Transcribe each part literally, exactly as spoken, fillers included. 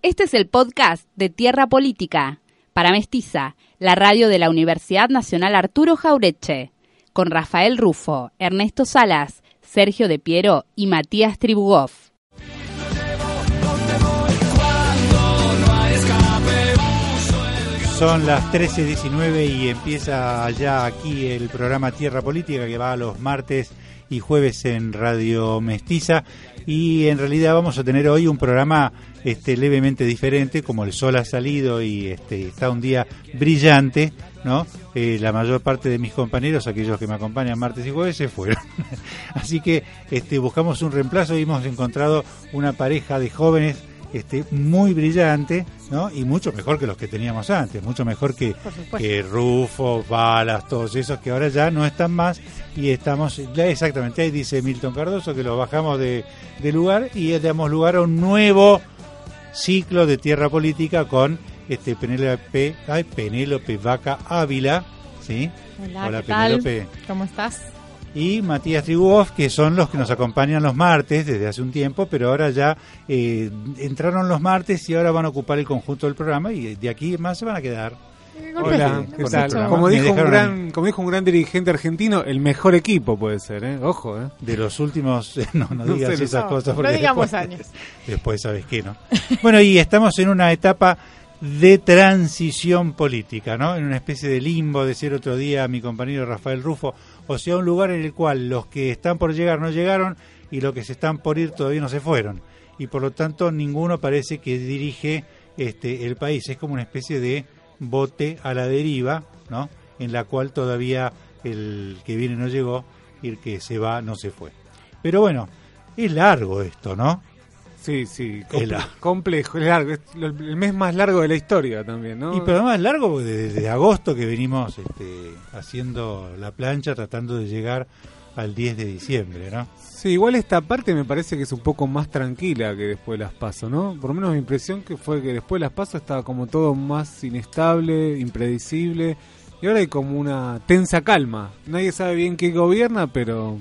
Este es el podcast de Tierra Política, para Mestiza, la radio de la Universidad Nacional Arturo Jauretche, con Rafael Rufo, Ernesto Salas, Sergio De Piero y Matías Tribugov. Son las trece diecinueve y empieza ya aquí el programa Tierra Política, que va los martes y jueves en Radio Mestiza, y en realidad vamos a tener hoy un programa este, levemente diferente, como el sol ha salido y este, está un día brillante, ¿no? Eh, la mayor parte de mis compañeros, aquellos que me acompañan martes y jueves, se fueron. Así que este, buscamos un reemplazo y hemos encontrado una pareja de jóvenes Este, muy brillante, ¿no? Y mucho mejor que los que teníamos antes, mucho mejor que, que Rufo, Balas, todos esos que ahora ya no están más y estamos, ya exactamente, ahí dice Milton Cardoso que los bajamos de, de lugar y damos lugar a un nuevo ciclo de Tierra Política con este Penélope, ay, Penélope Vaca Ávila, ¿sí? Hola, Hola ¿qué Penélope. Tal? ¿Cómo estás? Y Matías Tribugov, que son los que nos acompañan los martes desde hace un tiempo, pero ahora ya eh, entraron los martes y ahora van a ocupar el conjunto del programa y de aquí más se van a quedar. Hola, ¿qué tal? Como dijo, un gran, como dijo un gran dirigente argentino, el mejor equipo puede ser, ¿eh? Ojo, ¿eh? De los últimos, no, no, no digas esas no, cosas. Porque no digamos después, años. Después sabes qué, ¿no? Bueno, y estamos en una etapa de transición política, ¿no? En una especie de limbo, decía otro día mi compañero Rafael Rufo, o sea, un lugar en el cual los que están por llegar no llegaron y los que se están por ir todavía no se fueron. Y por lo tanto ninguno parece que dirige este el país. Es como una especie de bote a la deriva, ¿no? En la cual todavía el que viene no llegó y el que se va no se fue. Pero bueno, es largo esto, ¿no? Sí, sí, comple- es complejo, es largo, es el mes más largo de la historia también, ¿no? Y pero además es largo porque desde, desde agosto que venimos este, haciendo la plancha, tratando de llegar al diez de diciembre, ¿no? Sí, igual esta parte me parece que es un poco más tranquila que después de las PASO, ¿no? Por lo menos mi impresión que fue que después de las PASO estaba como todo más inestable, impredecible, y ahora hay como una tensa calma. Nadie sabe bien qué gobierna, pero...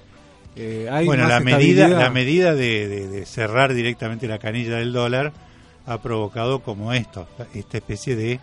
Eh, hay bueno, más la medida, estabilidad. la medida de, de, de cerrar directamente la canilla del dólar ha provocado como esto, esta especie de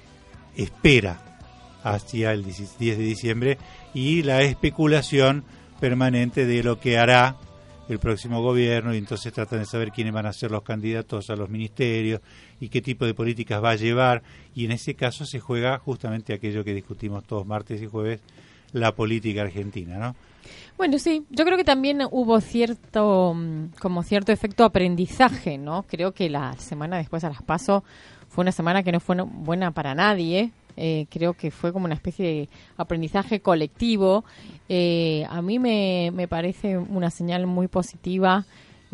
espera hacia el diez de diciembre y la especulación permanente de lo que hará el próximo gobierno, y entonces tratan de saber quiénes van a ser los candidatos a los ministerios y qué tipo de políticas va a llevar, y en ese caso se juega justamente aquello que discutimos todos martes y jueves, la política argentina, ¿no? Bueno, sí, yo creo que también hubo cierto, como cierto efecto aprendizaje, ¿no? Creo que la semana después a las PASO fue una semana que no fue buena para nadie. Eh, creo que fue como una especie de aprendizaje colectivo. Eh, a mí me, me parece una señal muy positiva,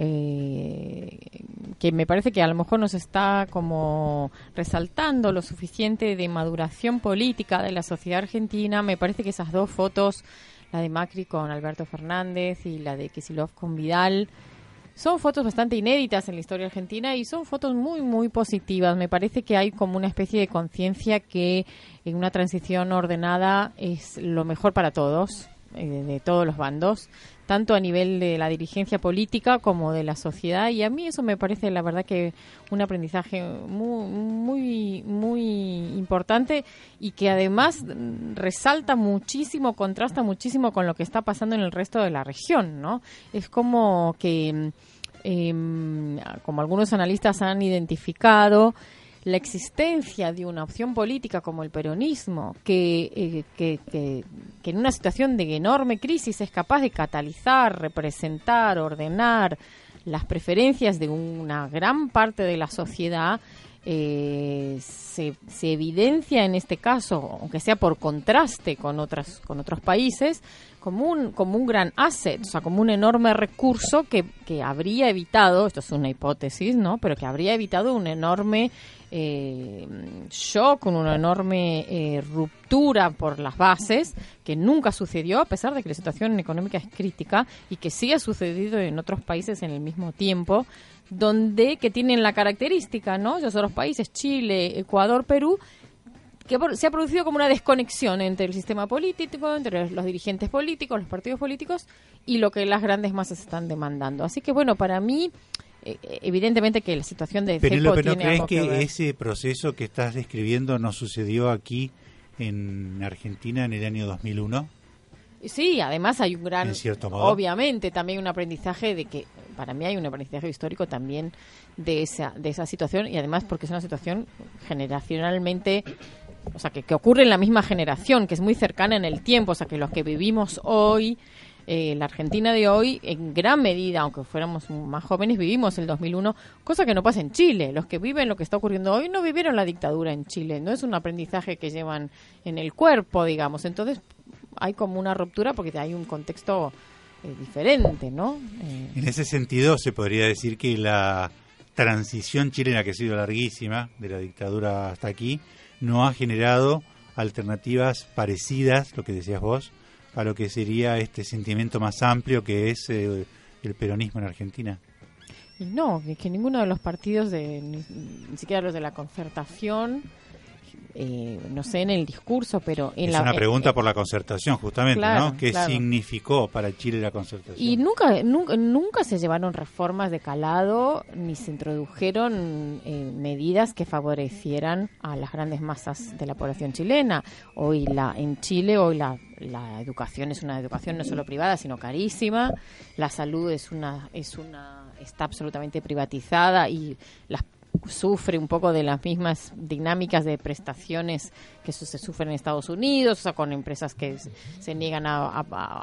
eh, que me parece que a lo mejor nos está como resaltando lo suficiente de maduración política de la sociedad argentina. Me parece que esas dos fotos, la de Macri con Alberto Fernández y la de Kicillof con Vidal, son fotos bastante inéditas en la historia argentina y son fotos muy, muy positivas. Me parece que hay como una especie de conciencia que en una transición ordenada es lo mejor para todos, eh, de todos los bandos, tanto a nivel de la dirigencia política como de la sociedad, y a mí eso me parece la verdad que un aprendizaje muy muy muy importante y que además resalta muchísimo, contrasta muchísimo con lo que está pasando en el resto de la región, ¿no? Es como que eh, como algunos analistas han identificado, la existencia de una opción política como el peronismo, que, eh, que, que, que en una situación de enorme crisis es capaz de catalizar, representar, ordenar las preferencias de una gran parte de la sociedad, eh, se, se evidencia en este caso, aunque sea por contraste con otras con otros países, como un como un gran asset, o sea, como un enorme recurso que, que habría evitado, esto es una hipótesis, ¿no? Pero que habría evitado un enorme eh, shock, una enorme eh, ruptura por las bases, que nunca sucedió, a pesar de que la situación económica es crítica y que sí ha sucedido en otros países en el mismo tiempo, donde que tienen la característica, ¿no? Esos otros países, Chile, Ecuador, Perú, que se ha producido como una desconexión entre el sistema político, entre los dirigentes políticos, los partidos políticos y lo que las grandes masas están demandando. Así que, bueno, para mí evidentemente que la situación de Penélope, cepo ¿no tiene crees algo que, que ver. ese proceso que estás describiendo no sucedió aquí en Argentina en el año dos mil uno? Sí, además hay un gran, en cierto modo, obviamente también un aprendizaje de que, para mí hay un aprendizaje histórico también de esa de esa situación, y además porque es una situación generacionalmente, o sea, que, que ocurre en la misma generación, que es muy cercana en el tiempo, o sea, que los que vivimos hoy, eh, la Argentina de hoy, en gran medida, aunque fuéramos más jóvenes, vivimos el dos mil uno, cosa que no pasa en Chile. Los que viven lo que está ocurriendo hoy no vivieron la dictadura en Chile, no es un aprendizaje que llevan en el cuerpo, digamos. Entonces hay como una ruptura porque hay un contexto eh, diferente, ¿no? Eh, en ese sentido se podría decir que la transición chilena, que ha sido larguísima, de la dictadura hasta aquí, no ha generado alternativas parecidas, lo que decías vos, a lo que sería este sentimiento más amplio que es eh, el peronismo en Argentina. Y no, que, que ninguno de los partidos, de ni, ni siquiera los de la Concertación, eh, no sé en el discurso, pero en es la... una pregunta eh, por la concertación, justamente, claro, ¿no? ¿Qué claro. significó para Chile la concertación? Y nunca, nunca, nunca se llevaron reformas de calado, ni se introdujeron eh, medidas que favorecieran a las grandes masas de la población chilena. Hoy la en Chile, hoy la, la educación es una educación no solo privada, sino carísima. La salud es una, es una, está absolutamente privatizada y las sufre un poco de las mismas dinámicas de prestaciones que eso se sufren en Estados Unidos, o sea, con empresas que se, se niegan a, a,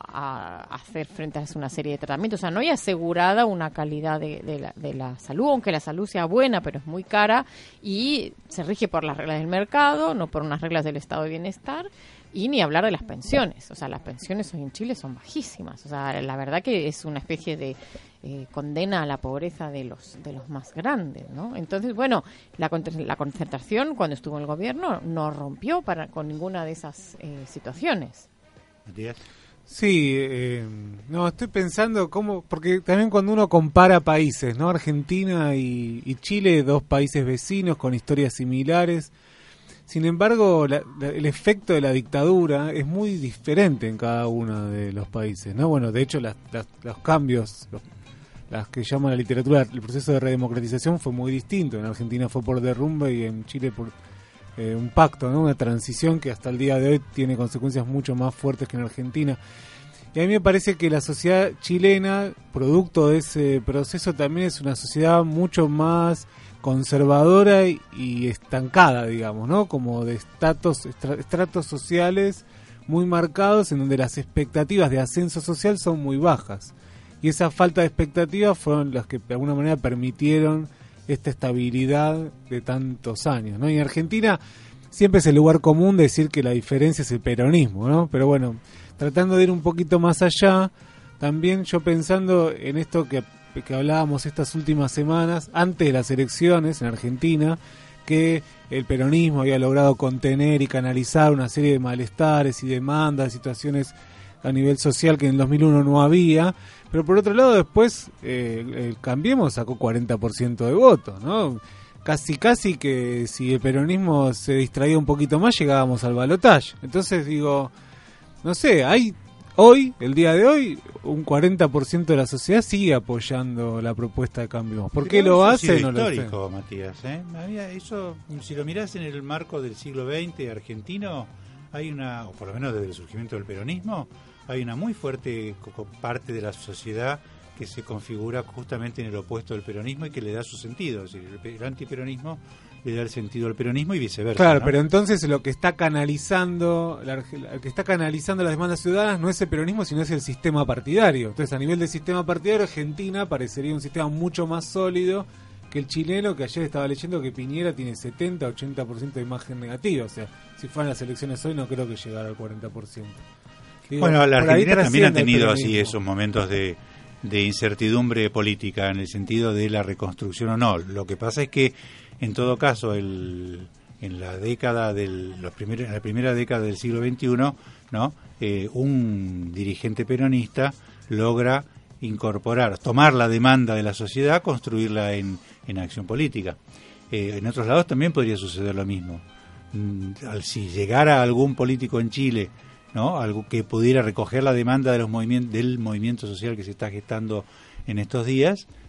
a, a hacer frente a una serie de tratamientos. O sea, no hay asegurada una calidad de, de, la, de la salud, aunque la salud sea buena, pero es muy cara y se rige por las reglas del mercado, no por unas reglas del estado de bienestar. Y ni hablar de las pensiones. O sea, las pensiones hoy en Chile son bajísimas. O sea, la verdad que es una especie de eh, condena a la pobreza de los de los más grandes, ¿no? Entonces, bueno, la, la concertación, cuando estuvo en el gobierno, no rompió para con ninguna de esas eh, situaciones. Matías. Sí, eh, no, estoy pensando cómo, porque también cuando uno compara países, ¿no? Argentina y, y Chile, dos países vecinos con historias similares. Sin embargo, la, la, el efecto de la dictadura es muy diferente en cada uno de los países, ¿no? Bueno, de hecho, las, las, los cambios, los, las que llaman la literatura, el proceso de redemocratización fue muy distinto. En Argentina fue por derrumbe y en Chile por eh, un pacto, ¿no? Una transición que hasta el día de hoy tiene consecuencias mucho más fuertes que en Argentina. Y a mí me parece que la sociedad chilena, producto de ese proceso, también es una sociedad mucho más conservadora y, y estancada, digamos, ¿no? Como de estatus, estra, estratos sociales muy marcados en donde las expectativas de ascenso social son muy bajas. Y esa falta de expectativas fueron las que de alguna manera permitieron esta estabilidad de tantos años, ¿no? Y en Argentina siempre es el lugar común decir que la diferencia es el peronismo, ¿no? Pero bueno, tratando de ir un poquito más allá, también yo pensando en esto que que hablábamos estas últimas semanas, antes de las elecciones en Argentina, que el peronismo había logrado contener y canalizar una serie de malestares y demandas, situaciones a nivel social que en el dos mil uno no había, pero por otro lado después eh, el Cambiemos sacó cuarenta por ciento de votos, ¿no? Casi casi que si el peronismo se distraía un poquito más llegábamos al balotaje. Entonces digo, no sé, hay hoy, el día de hoy, un cuarenta por ciento de la sociedad sigue apoyando la propuesta de Cambiemos. ¿Por qué lo hace? No lo sé. Histórico, Matías, ¿eh? Había eso, si lo mirás en el marco del siglo veinte argentino, hay una, o por lo menos desde el surgimiento del peronismo, hay una muy fuerte parte de la sociedad que se configura justamente en el opuesto del peronismo y que le da su sentido. Es decir, el antiperonismo le da el sentido al peronismo y viceversa. Claro, ¿no? Pero entonces lo que está canalizando, la, lo que está canalizando las demandas ciudadanas no es el peronismo, sino es el sistema partidario. Entonces, a nivel del sistema partidario, Argentina parecería un sistema mucho más sólido que el chileno, que ayer estaba leyendo que Piñera tiene setenta, ochenta por ciento de imagen negativa. O sea, si fueran las elecciones hoy, no creo que llegara al cuarenta por ciento. Digo, bueno, la Argentina también ha tenido así así esos momentos de, de incertidumbre política en el sentido de la reconstrucción o no. Lo que pasa es que en todo caso, el, en la década del, los primeros, en la primera década del siglo veintiuno, ¿no? Eh, un dirigente peronista logra incorporar, tomar la demanda de la sociedad, construirla en, en acción política. Eh, en otros lados también podría suceder lo mismo. Mm, al, si llegara algún político en Chile, ¿no? Algo que pudiera recoger la demanda de los movimientos, del movimiento social que se está gestando en estos días,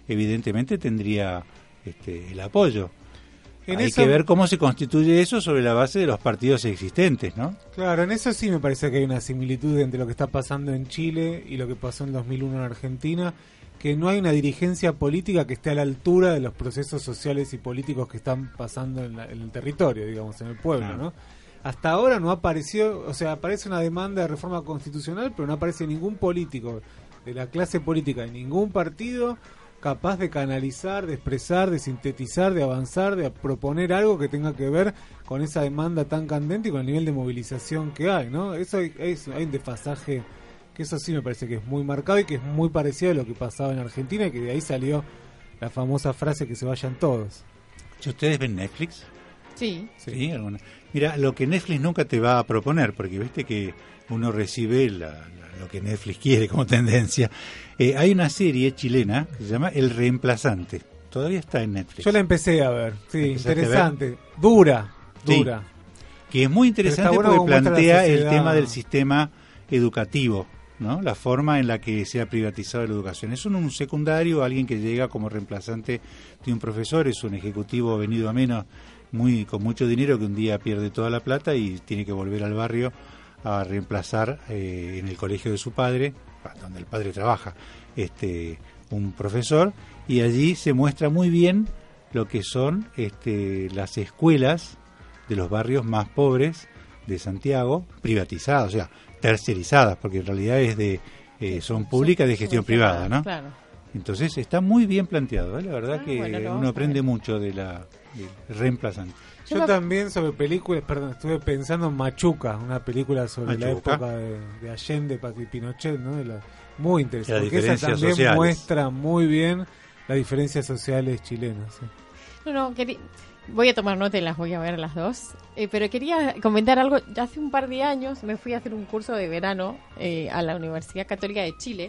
evidentemente tendría este, el apoyo. En Hay eso, que ver cómo se constituye eso sobre la base de los partidos existentes, ¿no? Claro, en eso sí me parece que hay una similitud entre lo que está pasando en Chile y lo que pasó en dos mil uno en Argentina, que no hay una dirigencia política que esté a la altura de los procesos sociales y políticos que están pasando en, la, en el territorio, digamos, en el pueblo, Claro. ¿no? Hasta ahora no apareció, o sea, aparece una demanda de reforma constitucional, pero no aparece ningún político de la clase política de ningún partido capaz de canalizar, de expresar, de sintetizar, de avanzar, de proponer algo que tenga que ver con esa demanda tan candente y con el nivel de movilización que hay, ¿no? Eso hay, hay, hay un desfasaje que eso sí me parece que es muy marcado y que es muy parecido a lo que pasaba en Argentina y que de ahí salió la famosa frase que se vayan todos. ¿Ustedes ven Netflix? Sí. Sí, ¿Sí? ¿Alguna? Mira, lo que Netflix nunca te va a proponer, porque viste que uno recibe la, la, lo que Netflix quiere como tendencia. Eh, hay una serie chilena que se llama El Reemplazante. Todavía está en Netflix. Yo la empecé a ver, sí, interesante. Ver? Dura, dura. Sí, que es muy interesante bueno porque plantea el sociedad... tema del sistema educativo, ¿no? La forma en la que se ha privatizado la educación. Es un, un secundario, alguien que llega como reemplazante de un profesor, es un ejecutivo venido a menos, muy con mucho dinero, que un día pierde toda la plata y tiene que volver al barrio a reemplazar eh, en el colegio de su padre, donde el padre trabaja, este un profesor, y allí se muestra muy bien lo que son este, las escuelas de los barrios más pobres de Santiago, privatizadas, o sea, tercerizadas, porque en realidad es de eh, son públicas de gestión privada, ¿no? Claro. Entonces está muy bien planteado, ¿eh? La verdad Ah, que bueno, uno aprende mucho de la de reemplazante. Yo también sobre películas, perdón, estuve pensando en Machuca, una película sobre Machuca. la época de, de Allende y Pinochet, ¿no? De la, muy interesante, Las porque esa diferencias también sociales. muestra muy bien las diferencias sociales chilenas. ¿Sí? No, no, quería, voy a tomar nota y las voy a ver las dos. Eh, pero quería comentar algo. Ya hace un par de años me fui a hacer un curso de verano eh, a la Universidad Católica de Chile,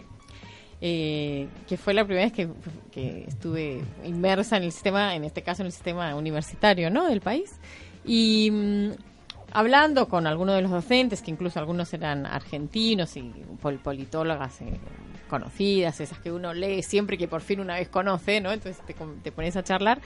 eh, que fue la primera vez que, que estuve inmersa en el sistema, en este caso en el sistema universitario, ¿no?, del país. Y mmm, hablando con algunos de los docentes, que incluso algunos eran argentinos y pol- politólogas eh, conocidas, esas que uno lee siempre y que por fin una vez conoce, ¿no? Entonces te, te pones a charlar.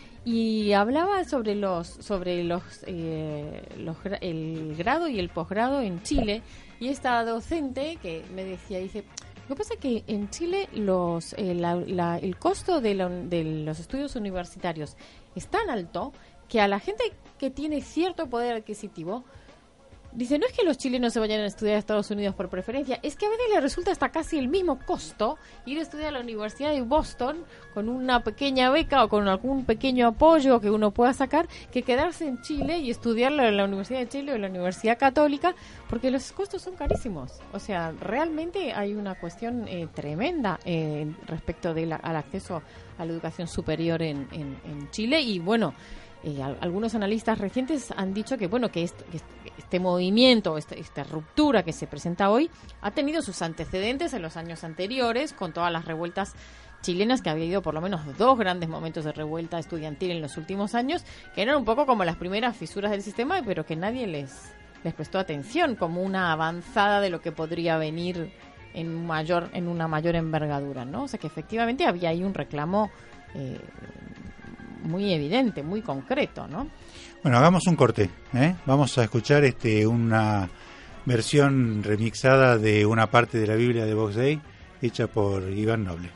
Y hablaba sobre los sobre los, eh, los el grado y el posgrado en Chile, y esta docente que me decía, dice, lo que pasa es que en Chile los eh, la, la, el costo de, la, de los estudios universitarios es tan alto que a la gente que tiene cierto poder adquisitivo, dice, no es que los chilenos se vayan a estudiar a Estados Unidos por preferencia, es que a veces les resulta hasta casi el mismo costo ir a estudiar a la Universidad de Boston con una pequeña beca o con algún pequeño apoyo que uno pueda sacar, que quedarse en Chile y estudiar en la Universidad de Chile o en la Universidad Católica, porque los costos son carísimos. O sea, realmente hay una cuestión eh, tremenda eh, respecto de la, al acceso a la educación superior en, en, en Chile. Y bueno, Eh, algunos analistas recientes han dicho que bueno que este, que este movimiento, este, esta ruptura que se presenta hoy ha tenido sus antecedentes en los años anteriores, con todas las revueltas chilenas, que había habido por lo menos dos grandes momentos de revuelta estudiantil en los últimos años, que eran un poco como las primeras fisuras del sistema, pero que nadie les, les prestó atención, como una avanzada de lo que podría venir en mayor en una mayor envergadura, ¿no? O sea que efectivamente había ahí un reclamo eh, muy evidente, muy concreto, ¿no? Bueno, hagamos un corte, ¿eh? Vamos a escuchar este una versión remixada de una parte de la Biblia de Vox Day, hecha por Iván Noble.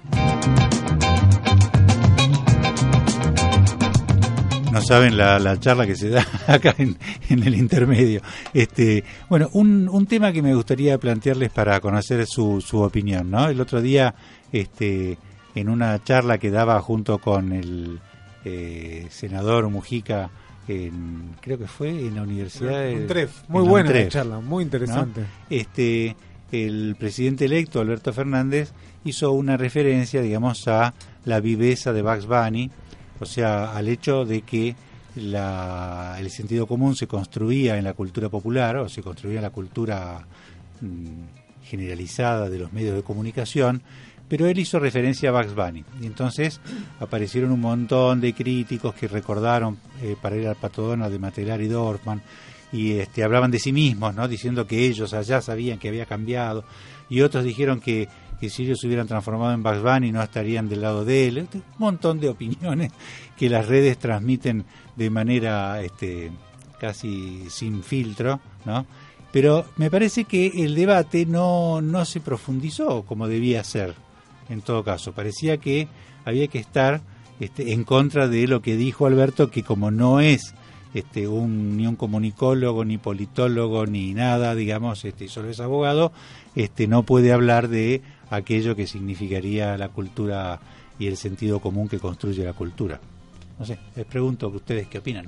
No saben la, la charla que se da acá en, en el intermedio. Este, bueno, un, un tema que me gustaría plantearles para conocer su, su opinión, ¿no? El otro día, este, en una charla que daba junto con el Eh, senador Mujica, en, creo que fue en la universidad de Untref, muy en buena Untref, la charla, muy interesante, ¿no? Este, el presidente electo Alberto Fernández hizo una referencia, digamos, a la viveza de Bugs Bunny, o sea, al hecho de que la, el sentido común se construía en la cultura popular, o se construía en la cultura mmm, generalizada de los medios de comunicación, pero él hizo referencia a Bugs Bunny. Y entonces aparecieron un montón de críticos que recordaron eh, para ir al Pato Donald de Matelar y Dorfman, y este, hablaban de sí mismos, ¿no? Diciendo que ellos allá sabían que había cambiado, y otros dijeron que que si ellos se hubieran transformado en Bugs Bunny no estarían del lado de él. Un montón de opiniones que las redes transmiten de manera este, casi sin filtro, ¿no? Pero me parece que el debate no, no se profundizó como debía ser, en todo caso. Parecía que había que estar este, en contra de lo que dijo Alberto, que como no es este, un, ni un comunicólogo, ni politólogo, ni nada, digamos, este, solo es abogado, este, no puede hablar de aquello que significaría la cultura y el sentido común que construye la cultura. No sé, les pregunto a ustedes qué opinan.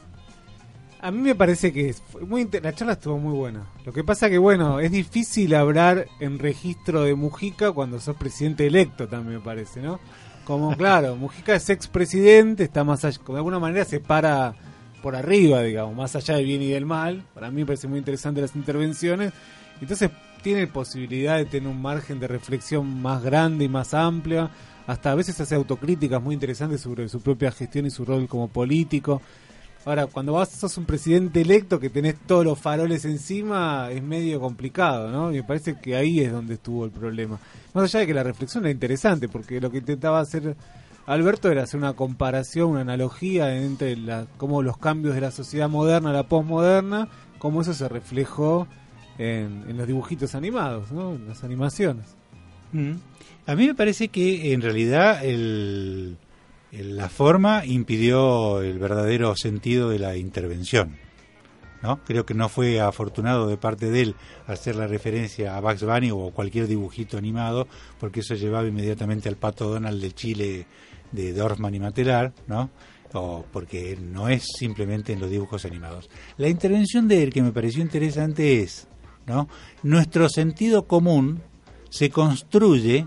A mí me parece que fue muy inter- la charla estuvo muy buena. Lo que pasa que, bueno, es difícil hablar en registro de Mujica cuando sos presidente electo, también me parece, ¿no? Como, claro, Mujica es expresidente, está más allá, de alguna manera se para por arriba, digamos, más allá del bien y del mal. Para mí me parece muy interesante las intervenciones. Entonces tiene posibilidad de tener un margen de reflexión más grande y más amplia. Hasta a veces hace autocríticas muy interesantes sobre su propia gestión y su rol como político. Ahora, cuando vas, sos un presidente electo que tenés todos los faroles encima, es medio complicado, ¿no? Y me parece que ahí es donde estuvo el problema. Más allá de que la reflexión era interesante, porque lo que intentaba hacer Alberto era hacer una comparación, una analogía entre la, cómo los cambios de la sociedad moderna a la posmoderna, cómo eso se reflejó en, en los dibujitos animados, ¿no? En las animaciones. Mm. A mí me parece que en realidad el... la forma impidió el verdadero sentido de la intervención, ¿no? Creo que no fue afortunado de parte de él hacer la referencia a Bugs Bunny o cualquier dibujito animado, porque eso llevaba inmediatamente al Pato Donald de Chile de Dorfman y Matelar, ¿no? O porque no es simplemente en los dibujos animados. La intervención de él, que me pareció interesante, es, ¿no? Nuestro sentido común se construye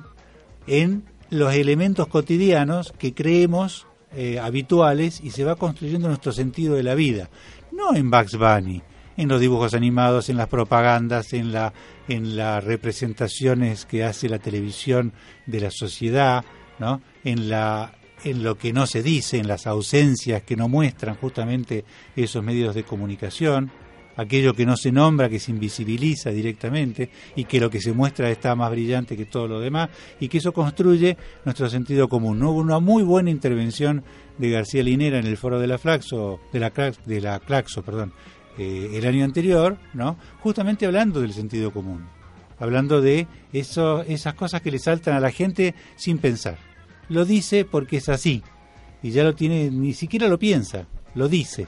en los elementos cotidianos que creemos eh, habituales y se va construyendo nuestro sentido de la vida. No en Bugs Bunny, en los dibujos animados, en las propagandas, en la en las representaciones que hace la televisión de la sociedad, ¿no? En la en lo que no se dice, en las ausencias que no muestran justamente esos medios de comunicación, aquello que no se nombra, que se invisibiliza directamente y que lo que se muestra está más brillante que todo lo demás y que eso construye nuestro sentido común. ¿No? Hubo una muy buena intervención de García Linera en el foro de la Flaxo, de la, de la Claxo, perdón, eh, el año anterior, ¿no? Justamente hablando del sentido común, hablando de eso, esas cosas que le saltan a la gente sin pensar. Lo dice porque es así y ya lo tiene, ni siquiera lo piensa, lo dice.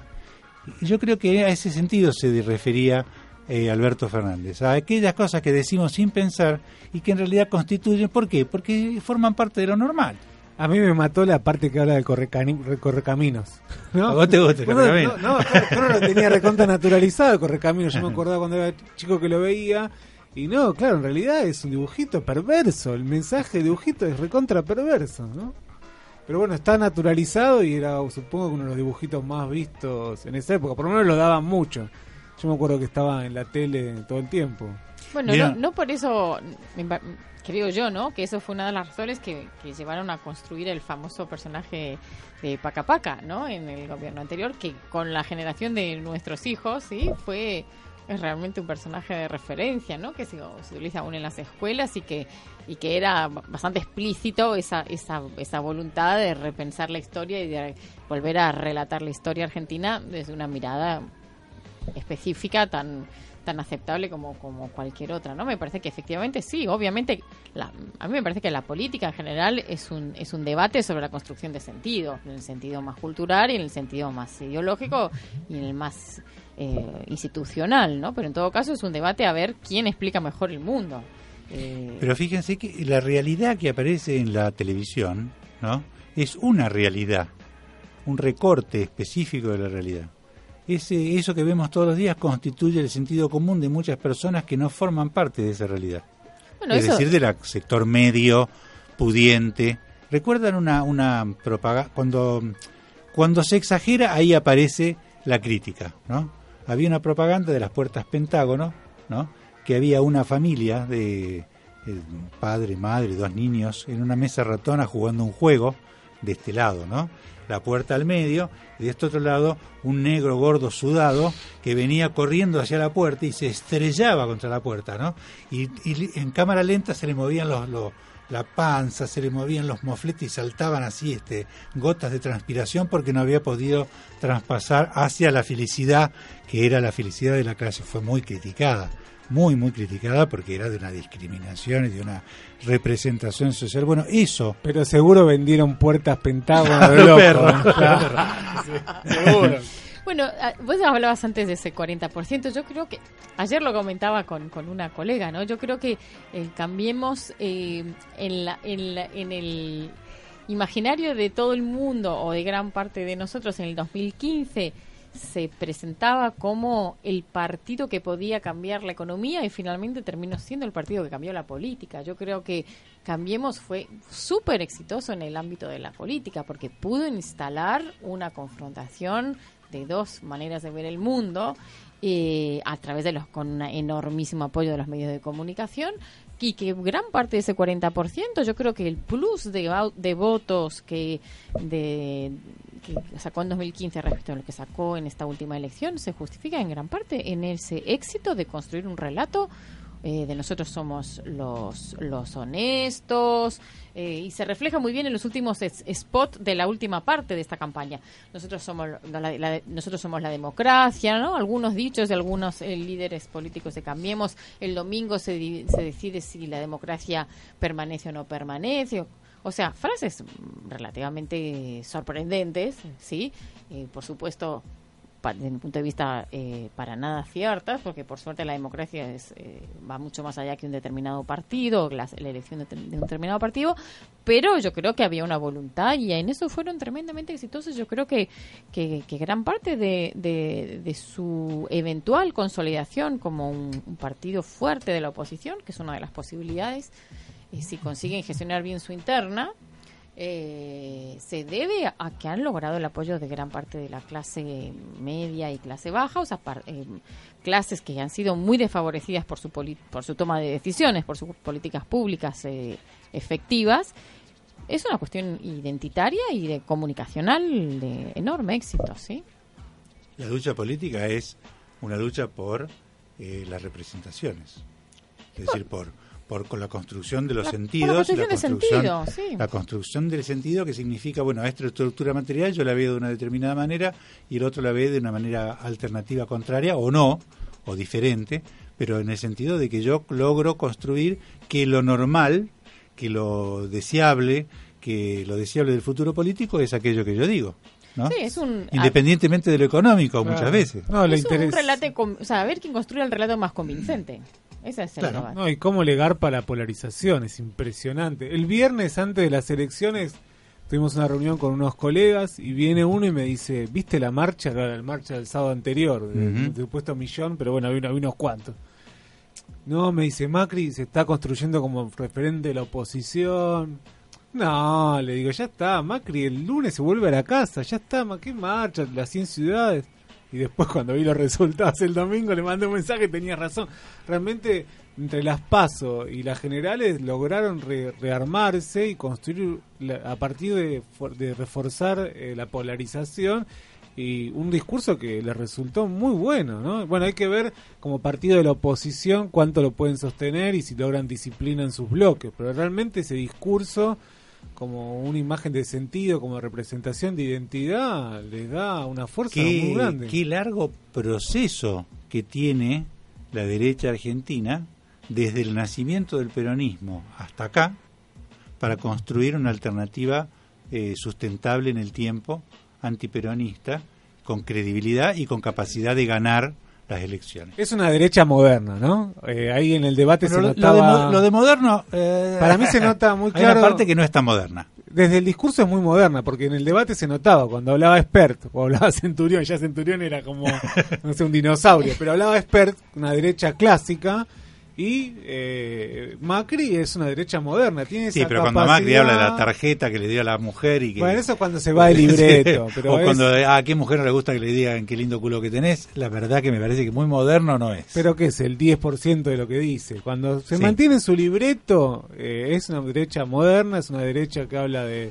Yo creo que a ese sentido se refería eh, Alberto Fernández, a aquellas cosas que decimos sin pensar y que en realidad constituyen, ¿por qué? Porque forman parte de lo normal. A mí me mató la parte que habla del correcani- correcaminos, ¿no? ¿A vos te gusta el Bueno, correcaminos? No, no, yo no lo tenía recontra naturalizado el correcaminos. Yo me acordaba cuando era chico que lo veía. Y no, claro, en realidad es un dibujito perverso. El mensaje del dibujito es recontra perverso, ¿no? Pero bueno, está naturalizado y era, supongo, que uno de los dibujitos más vistos en esa época. Por lo menos lo daban mucho. Yo me acuerdo que estaba en la tele todo el tiempo. Bueno, no, no por eso, creo yo, ¿no? Que eso fue una de las razones que, que llevaron a construir el famoso personaje de Paca Paca, ¿no? En el gobierno anterior, que con la generación de nuestros hijos, ¿sí? Fue... es realmente un personaje de referencia, ¿no? Que se, se utiliza aún en las escuelas y que y que era bastante explícito esa esa esa voluntad de repensar la historia y de volver a relatar la historia argentina desde una mirada específica tan tan aceptable como como cualquier otra, ¿no? Me parece que efectivamente sí, obviamente la, a mí me parece que la política en general es un es un debate sobre la construcción de sentido, en el sentido más cultural y en el sentido más ideológico y en el más eh, institucional, ¿no? Pero en todo caso es un debate a ver quién explica mejor el mundo. Eh... Pero fíjense que la realidad que aparece en la televisión, ¿no? Es una realidad, un recorte específico de la realidad. Ese, eso que vemos todos los días constituye el sentido común de muchas personas que no forman parte de esa realidad. Bueno, es eso... decir, del sector medio, pudiente. ¿Recuerdan una, una propaganda? Cuando, cuando se exagera, ahí aparece la crítica, ¿no? Había una propaganda de las puertas Pentágono, ¿no? Que había una familia de eh, padre, madre, dos niños en una mesa ratona jugando un juego de este lado, ¿no? la puerta al medio, y de este otro lado un negro gordo sudado que venía corriendo hacia la puerta y se estrellaba contra la puerta, ¿no? Y, y en cámara lenta se le movían los, los la panza, se le movían los mofletes y saltaban así este gotas de transpiración porque no había podido traspasar hacia la felicidad, que era la felicidad de la clase. Fue muy criticada, muy, muy criticada porque era de una discriminación y de una representación social. Bueno, eso... Pero seguro vendieron puertas Pentágono de los loco, perros. ¿no? Claro. Sí, seguro. Bueno, vos hablabas antes de ese cuarenta por ciento. Yo creo que, ayer lo comentaba con, con una colega, ¿no? Yo creo que eh, cambiemos eh, en, la, en, la, en el imaginario de todo el mundo o de gran parte de nosotros en el dos mil quince se presentaba como el partido que podía cambiar la economía y finalmente terminó siendo el partido que cambió la política. Yo creo que Cambiemos fue súper exitoso en el ámbito de la política porque pudo instalar una confrontación de dos maneras de ver el mundo eh, a través de los con un enormísimo apoyo de los medios de comunicación y que gran parte de ese cuarenta por ciento yo creo que el plus de, de votos que, de, que sacó en dos mil quince respecto a lo que sacó en esta última elección se justifica en gran parte en ese éxito de construir un relato Eh, de nosotros somos los los honestos eh, y se refleja muy bien en los últimos es, spots de la última parte de esta campaña. Nosotros somos la, la, nosotros somos la democracia, ¿no? Algunos dichos de algunos eh, líderes políticos de Cambiemos. El domingo se, se decide si la democracia permanece o no permanece. O, o sea, frases relativamente sorprendentes, ¿sí? Eh, por supuesto, desde mi punto de vista eh, para nada ciertas, porque por suerte la democracia es, eh, va mucho más allá que un determinado partido, la, la elección de, de un determinado partido, pero yo creo que había una voluntad y en eso fueron tremendamente exitosos. Yo creo que, que, que gran parte de, de, de su eventual consolidación como un, un partido fuerte de la oposición, que es una de las posibilidades, eh, si consiguen gestionar bien su interna, Eh, se debe a que han logrado el apoyo de gran parte de la clase media y clase baja, o sea, par, eh, clases que han sido muy desfavorecidas por su poli- por su toma de decisiones, por sus políticas públicas eh, efectivas. Es una cuestión identitaria y de comunicacional de enorme éxito, ¿sí? La lucha política es una lucha por eh, las representaciones, es decir, por por con la construcción de los la, sentidos, la construcción, la, construcción, de sentido, sí. la construcción del sentido, que significa, bueno, esta estructura material yo la veo de una determinada manera y el otro la ve de una manera alternativa, contraria o no, o diferente, pero en el sentido de que yo logro construir que lo normal, que lo deseable, que lo deseable del futuro político es aquello que yo digo, ¿no? Sí, es un, independientemente de lo económico, claro, muchas veces. No, es interés... un relato, o sea, a ver quién construye el relato más convincente. Esa es el Claro. debate. No, y cómo le garpa la polarización, es impresionante. El viernes antes de las elecciones tuvimos una reunión con unos colegas y viene uno y me dice, ¿viste la marcha? La marcha del sábado anterior, de, Uh-huh. de supuesto millón, pero bueno, había, había unos cuantos. No, me dice, Macri se está construyendo como referente de la oposición. No, le digo, ya está, Macri el lunes se vuelve a la casa, ya está, ¿qué marcha? Las cien ciudades. Y después cuando vi los resultados el domingo le mandé un mensaje, tenía razón. Realmente entre las PASO y las generales lograron re- rearmarse y construir la, a partir de, de reforzar eh, la polarización y un discurso que les resultó muy bueno, ¿no? Bueno, hay que ver como partido de la oposición cuánto lo pueden sostener y si logran disciplina en sus bloques, pero realmente ese discurso como una imagen de sentido, como representación de identidad, les da una fuerza Qué, muy grande. qué largo proceso que tiene la derecha argentina desde el nacimiento del peronismo hasta acá para construir una alternativa eh, sustentable en el tiempo, antiperonista, con credibilidad y con capacidad de ganar las elecciones. Es una derecha moderna, ¿no? Eh, ahí en el debate Pero se lo, notaba... lo de, mo- lo de moderno... eh, Para mí se nota muy hay claro... una parte que no es tan moderna. Desde el discurso es muy moderna, porque en el debate se notaba, cuando hablaba Espert o hablaba Centurión, ya Centurión era como, no sé, un dinosaurio, pero hablaba Espert, una derecha clásica, y eh, Macri es una derecha moderna, tiene Sí, esa pero cuando capacidad... Macri habla de la tarjeta que le dio a la mujer y que... Bueno, eso es cuando se va de libreto, pero o es- cuando ah, a qué mujer no le gusta que le digan qué lindo culo que tenés, la verdad que me parece que muy moderno no es. Pero ¿qué es? El diez por ciento de lo que dice. Cuando se Sí. mantiene en su libreto, eh, es una derecha moderna, es una derecha que habla de,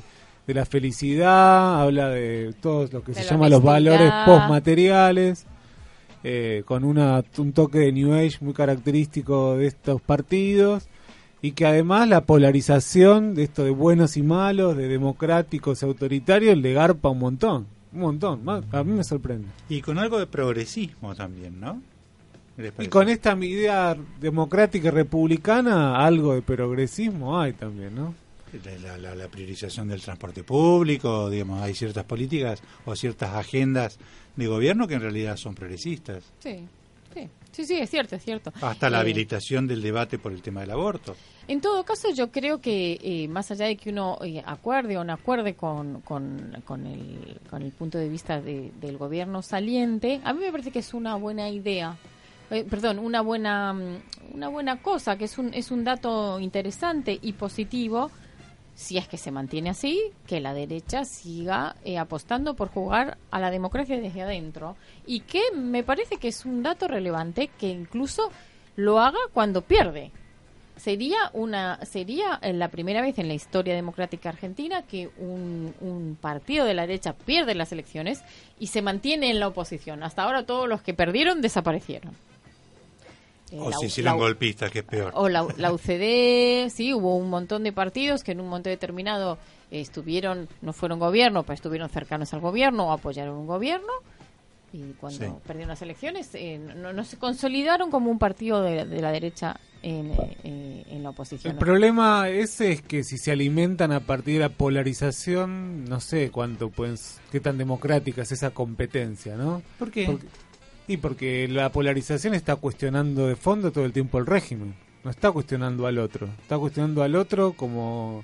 de la felicidad, habla de todos lo que De se la llama los valores honestidad. postmateriales, eh, con una, un toque de New Age muy característico de estos partidos, y que además la polarización de esto de buenos y malos, de democráticos y autoritarios, le garpa un montón, un montón, más- a mí me sorprende. Y con algo de progresismo también, ¿no? ¿Les Y parece? con esta idea democrática y republicana, algo de progresismo hay también, ¿no? La, la, la priorización del transporte público, digamos, hay ciertas políticas o ciertas agendas de gobierno que en realidad son progresistas. Sí, sí, sí, sí, es cierto, es cierto. Hasta la Eh, habilitación del debate por el tema del aborto. En todo caso, yo creo que eh, más allá de que uno eh, acuerde o no acuerde con, con, con, el, con el punto de vista de- del gobierno saliente, a mí me parece que es una buena idea, eh, perdón, una buena mm, una buena cosa, que es un, es un dato interesante y positivo, si es que se mantiene así, que la derecha siga eh, apostando por jugar a la democracia desde adentro, y que me parece que es un dato relevante que incluso lo haga cuando pierde. Sería una sería eh, la primera vez en la historia democrática argentina que un, un partido de la derecha pierde las elecciones y se mantiene en la oposición. Hasta ahora todos los que perdieron desaparecieron. Eh, O la se U- hicieron la U- golpistas, que es peor. o la, la U C D, sí, hubo un montón de partidos que en un momento determinado eh, estuvieron, no fueron gobierno, pero estuvieron cercanos al gobierno o apoyaron un gobierno. Y cuando Sí. perdieron las elecciones, eh, no, no se consolidaron como un partido de, de la derecha en, eh, en la oposición. El problema ese es que si se alimentan a partir de la polarización, no sé cuánto pueden, qué tan democrática es esa competencia, ¿no? ¿Por qué? Porque- y porque la polarización está cuestionando de fondo todo el tiempo el régimen, no está cuestionando al otro, está cuestionando al otro como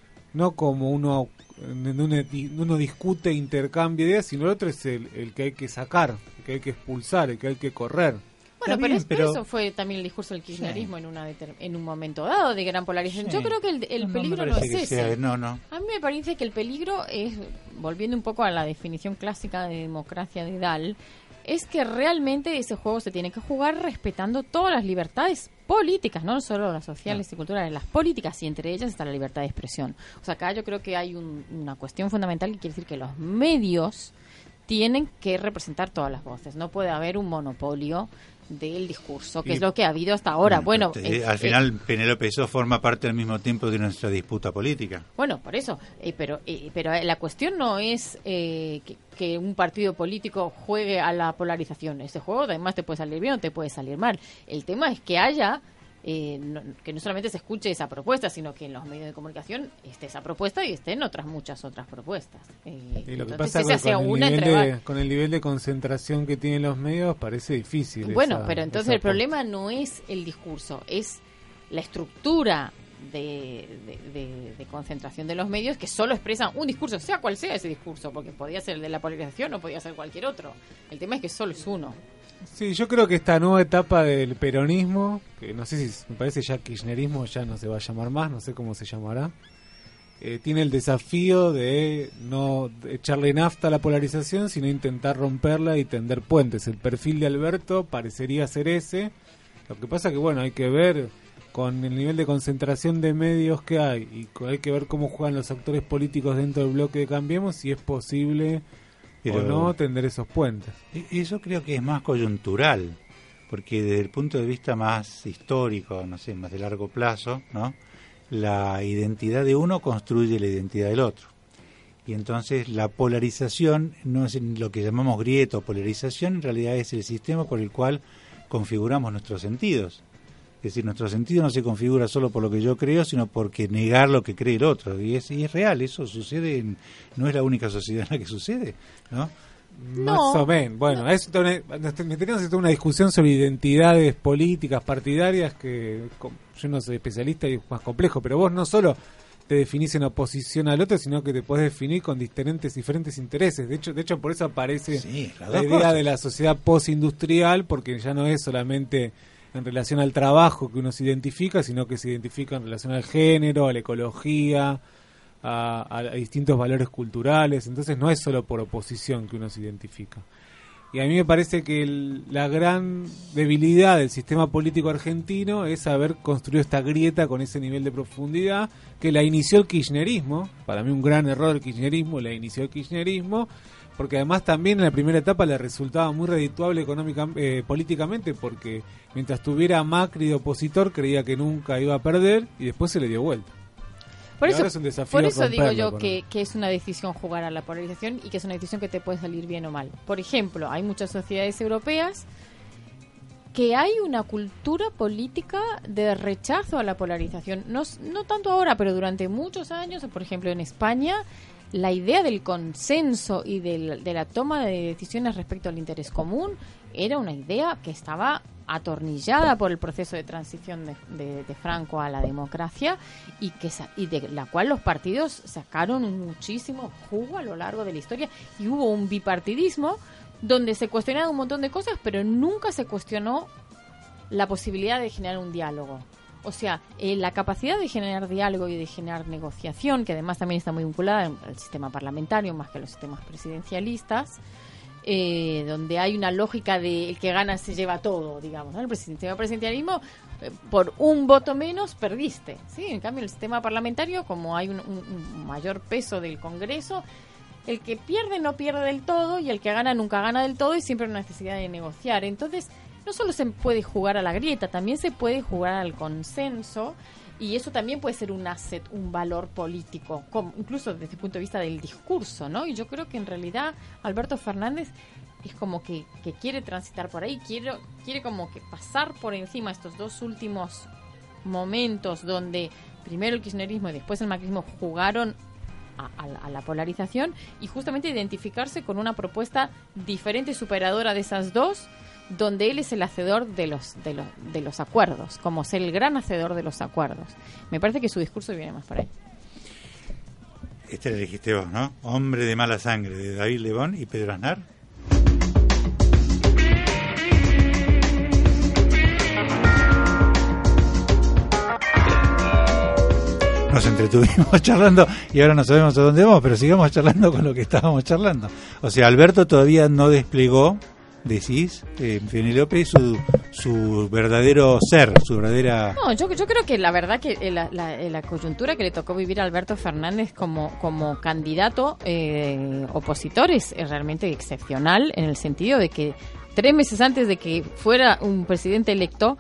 no como uno en uno, uno discute, intercambia ideas, sino el otro es el, el que hay que sacar, el que hay que expulsar, el que hay que correr. Bueno, Está pero, bien, es- pero pero- eso fue también el discurso del kirchnerismo en, una deter- en un momento dado de gran polarización. Sí. Yo creo que el, el No, no peligro me no, parece es que ese. sea- no, no. A mí me parece que el peligro es, volviendo un poco a la definición clásica de democracia de Dahl, es que realmente ese juego se tiene que jugar respetando todas las libertades políticas, no solo las sociales y culturales, las políticas, y entre ellas está la libertad de expresión. O sea, acá yo creo que hay un- una cuestión fundamental que quiere decir que los medios tienen que representar todas las voces. No puede haber un monopolio del discurso, que Y- es lo que ha habido hasta ahora. Bueno, eh, eh, al eh, final Penélope eso forma parte al mismo tiempo de nuestra disputa política. Bueno, por eso, eh, pero eh, pero eh, la cuestión no es eh, que, que un partido político juegue a la polarización. Ese juego además te puede salir bien o te puede salir mal. El tema es que haya, eh, no- que no solamente se escuche esa propuesta, sino que en los medios de comunicación esté esa propuesta y estén otras muchas otras propuestas. Eh, Y lo que entonces pasa esa es que sea con el, una nivel entre va- de, con el nivel de concentración que tienen los medios parece difícil. Bueno, esa- pero entonces esa el problema no es el discurso, es la estructura de, de- de- de concentración de los medios que solo expresan un discurso, sea cual sea ese discurso, porque podía ser el de la polarización o podía ser cualquier otro. El tema es que solo es uno. Sí, yo creo que esta nueva etapa del peronismo, que no sé si me parece ya kirchnerismo, ya no se va a llamar más, no sé cómo se llamará, eh, tiene el desafío de no echarle nafta a la polarización, sino intentar romperla y tender puentes. El perfil de Alberto parecería ser ese. Lo que pasa que, bueno, hay que ver con el nivel de concentración de medios que hay y co- hay que ver cómo juegan los actores políticos dentro del bloque de Cambiemos, si es posible Pero- o no tender esos puentes. E- Eso creo que es más coyuntural, porque desde el punto de vista más histórico, no sé, más de largo plazo, ¿no? La identidad de uno construye la identidad del otro. Y entonces la polarización no es lo que llamamos grieta o polarización, en realidad es el sistema por el cual configuramos nuestros sentidos. Es decir, nuestro sentido no se configura solo por lo que yo creo, sino porque negar lo que cree el otro. Y es, y es real, eso sucede, en- no es la única sociedad en la que sucede, ¿no? No, Más o menos. Bueno, es toda una, nos meteríamos en toda una discusión sobre identidades políticas partidarias que com- yo no soy especialista y es más complejo, pero vos no solo te definís en oposición al otro, sino que te podés definir con diferentes diferentes intereses. De hecho, de hecho por eso aparece Sí, las la dos idea cosas. de la sociedad postindustrial, porque ya no es solamente en relación al trabajo que uno se identifica, sino que se identifica en relación al género, a la ecología, a, a distintos valores culturales. Entonces no es solo por oposición que uno se identifica. Y a mí me parece que el, la gran debilidad del sistema político argentino es haber construido esta grieta con ese nivel de profundidad que la inició el kirchnerismo. Para mí un gran error del kirchnerismo, la inició el kirchnerismo, porque además también en la primera etapa le resultaba muy redituable económica, eh, políticamente, porque mientras tuviera Macri de opositor creía que nunca iba a perder y después se le dio vuelta. Por Y eso, ahora es un desafío por eso digo romperlo yo con- que, que es una decisión jugar a la polarización y que es una decisión que te puede salir bien o mal. Por ejemplo, hay muchas sociedades europeas que hay una cultura política de rechazo a la polarización. No, s- no tanto ahora, pero durante muchos años, por ejemplo en España, la idea del consenso y del- de la toma de decisiones respecto al interés común era una idea que estaba atornillada por el proceso de transición de, de- de Franco a la democracia y que sa- y de la cual los partidos sacaron muchísimo jugo a lo largo de la historia, y hubo un bipartidismo donde se cuestionaban un montón de cosas, pero nunca se cuestionó la posibilidad de generar un diálogo. O sea, eh, la capacidad de generar diálogo y de generar negociación, que además también está muy vinculada al sistema parlamentario más que a los sistemas presidencialistas, eh, donde hay una lógica de el que gana se lleva todo, digamos, ¿no? El sistema presidencialismo, eh, por un voto menos perdiste, ¿sí? En cambio, el sistema parlamentario, como hay un, un- un mayor peso del Congreso, el que pierde no pierde del todo y el que gana nunca gana del todo, y siempre hay una necesidad de negociar. Entonces, no solo se puede jugar a la grieta, también se puede jugar al consenso, y eso también puede ser un asset, un valor político, como, incluso desde el punto de vista del discurso, ¿no? Y yo creo que en realidad Alberto Fernández es como que, que quiere transitar por ahí, quiere, quiere como que pasar por encima estos dos últimos momentos donde primero el kirchnerismo y después el macrismo jugaron a, a la- a la polarización, y justamente identificarse con una propuesta diferente y superadora de esas dos, donde él es el hacedor de los, de los de los acuerdos, como ser el gran hacedor de los acuerdos. Me parece que su discurso viene más por ahí. Este le dijiste vos, ¿no? Hombre de mala sangre, de David Lebón y Pedro Aznar. Nos entretuvimos charlando y ahora no sabemos a dónde vamos, pero sigamos charlando con lo que estábamos charlando. O sea, Alberto todavía no desplegó, decís, eh, Penélope, su, su verdadero ser, su verdadera... No, yo, yo creo que la verdad que eh, la, la, eh, la coyuntura que le tocó vivir a Alberto Fernández como, como candidato eh, opositor es, es realmente excepcional, en el sentido de que tres meses antes de que fuera un presidente electo,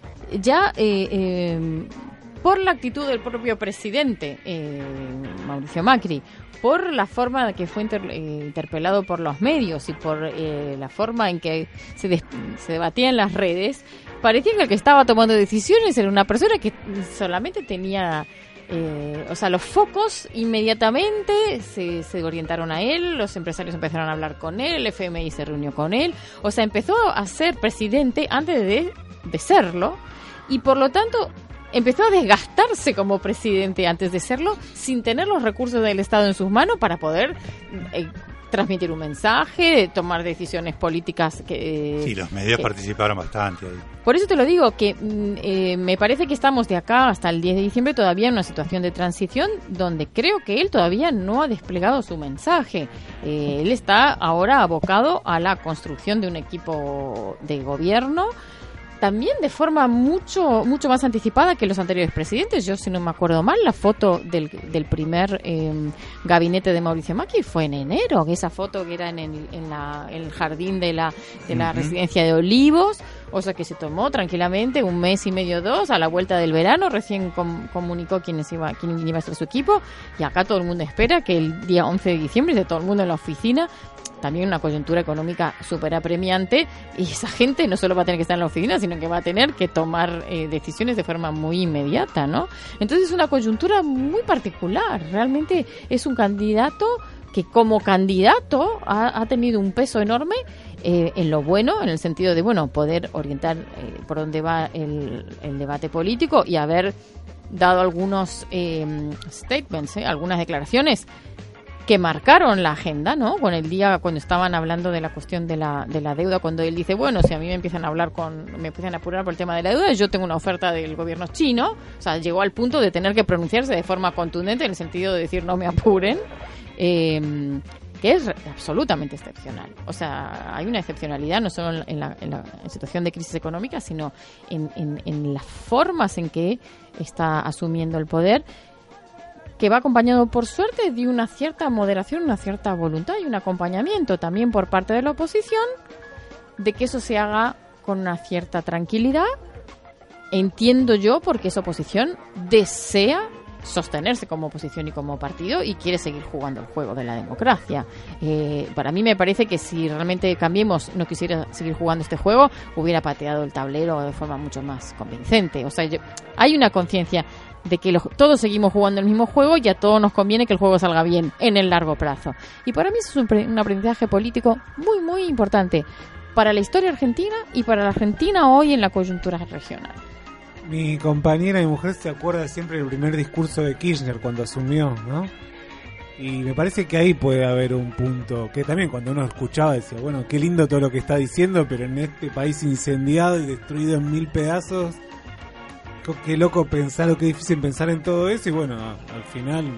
ya eh, eh, por la actitud del propio presidente, eh, Mauricio Macri, por la forma en que fue inter, eh, interpelado por los medios y por eh, la forma en que se, des, se debatía en las redes, parecía que el que estaba tomando decisiones era una persona que solamente tenía... Eh, o sea, los focos inmediatamente se, se orientaron a él, los empresarios empezaron a hablar con él, el F M I se reunió con él, o sea, empezó a ser presidente antes de, de serlo, y por lo tanto empezó a desgastarse como presidente antes de serlo, sin tener los recursos del Estado en sus manos para poder eh, transmitir un mensaje, tomar decisiones políticas que... Sí, los medios que, participaron bastante ahí. Por eso te lo digo, que eh, me parece que estamos de acá hasta el diez de diciembre todavía en una situación de transición donde creo que él todavía no ha desplegado su mensaje. Eh, él está ahora abocado a la construcción de un equipo de gobierno, también de forma mucho mucho más anticipada que los anteriores presidentes. Yo, si no me acuerdo mal, la foto del, del primer eh, gabinete de Mauricio Macri fue en enero, esa foto que era en el, en la, en el jardín de la, de la uh-huh. residencia de Olivos, o sea que se tomó tranquilamente un mes y medio, dos, a la vuelta del verano, recién com- comunicó quiénes iba, quién iba a ser su equipo, y acá todo el mundo espera que el día once de diciembre esté todo el mundo en la oficina. También una coyuntura económica súper apremiante, y esa gente no solo va a tener que estar en la oficina, sino que va a tener que tomar eh, decisiones de forma muy inmediata, ¿no? Entonces es una coyuntura muy particular. Realmente es un candidato que como candidato ha, ha tenido un peso enorme eh, en lo bueno, en el sentido de, bueno, poder orientar eh, por dónde va el, el debate político y haber dado algunos eh, statements, eh, algunas declaraciones que marcaron la agenda, ¿no? Con el día cuando estaban hablando de la cuestión de la de la deuda, cuando él dice, bueno, si a mí me empiezan a hablar con, me empiezan a apurar por el tema de la deuda, yo tengo una oferta del gobierno chino, o sea, llegó al punto de tener que pronunciarse de forma contundente en el sentido de decir no me apuren. Eh, que es absolutamente excepcional. O sea, hay una excepcionalidad no solo en la, en la en situación de crisis económica, sino en, en, en las formas en que está asumiendo el poder, que va acompañado, por suerte, de una cierta moderación, una cierta voluntad y un acompañamiento también por parte de la oposición, de que eso se haga con una cierta tranquilidad. Entiendo yo porque esa oposición desea sostenerse como oposición y como partido y quiere seguir jugando el juego de la democracia. Eh, para mí me parece que si realmente Cambiemos no quisiera seguir jugando este juego, hubiera pateado el tablero de forma mucho más convincente. O sea, yo, hay una conciencia de que los, todos seguimos jugando el mismo juego y a todos nos conviene que el juego salga bien en el largo plazo. Y para mí eso es un, un aprendizaje político muy, muy importante para la historia argentina y para la Argentina hoy en la coyuntura regional. Mi compañera, mi mujer, se acuerda siempre del primer discurso de Kirchner cuando asumió, ¿no? Y me parece que ahí puede haber un punto, que también cuando uno escuchaba decía, bueno, qué lindo todo lo que está diciendo, pero en este país incendiado y destruido en mil pedazos, qué loco pensar, o qué difícil pensar en todo eso, y bueno, al final,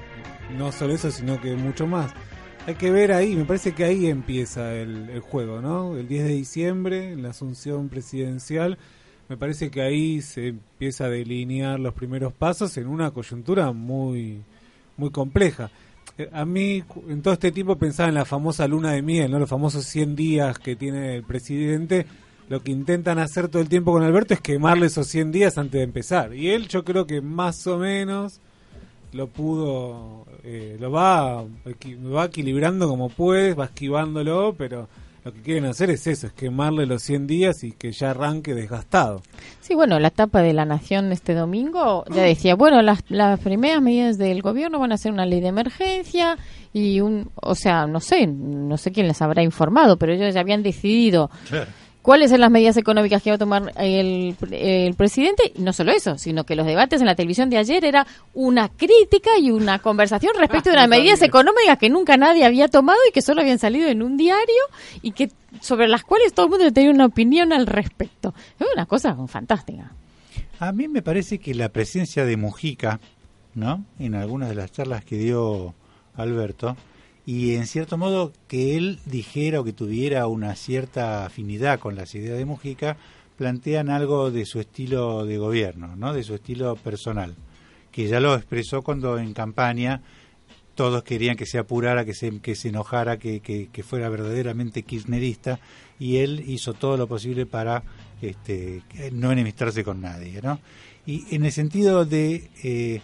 no solo eso, sino que mucho más. Hay que ver ahí, me parece que ahí empieza el, el juego, ¿no? El diez de diciembre, en la asunción presidencial, me parece que ahí se empieza a delinear los primeros pasos en una coyuntura muy muy compleja. A mí, en todo este tiempo, pensaba en la famosa luna de miel, ¿no? Los famosos cien días que tiene el presidente. Lo que intentan hacer todo el tiempo con Alberto es quemarle esos cien días antes de empezar. Y él, yo creo que más o menos lo pudo, eh, lo va, lo va equilibrando como puede, va esquivándolo, pero lo que quieren hacer es eso, es quemarle los cien días y que ya arranque desgastado. Sí, bueno, la etapa de La Nación este domingo ya decía, bueno, las, las primeras medidas del gobierno van a ser una ley de emergencia y un, o sea, no sé, no sé quién les habrá informado, pero ellos ya habían decidido cuáles son las medidas económicas que va a tomar el, el presidente. Y no solo eso, sino que los debates en la televisión de ayer era una crítica y una conversación respecto de unas medidas económicas que nunca nadie había tomado y que solo habían salido en un diario y que sobre las cuales todo el mundo tenía una opinión al respecto. Es una cosa fantástica. A mí me parece que la presencia de Mujica, ¿no?, en algunas de las charlas que dio Alberto, y en cierto modo que él dijera o que tuviera una cierta afinidad con las ideas de Mujica, plantean algo de su estilo de gobierno, ¿no?, de su estilo personal, que ya lo expresó cuando en campaña todos querían que se apurara, que se, que se enojara, que, que, que fuera verdaderamente kirchnerista, y él hizo todo lo posible para este, no enemistarse con nadie, ¿no? Y en el sentido de eh,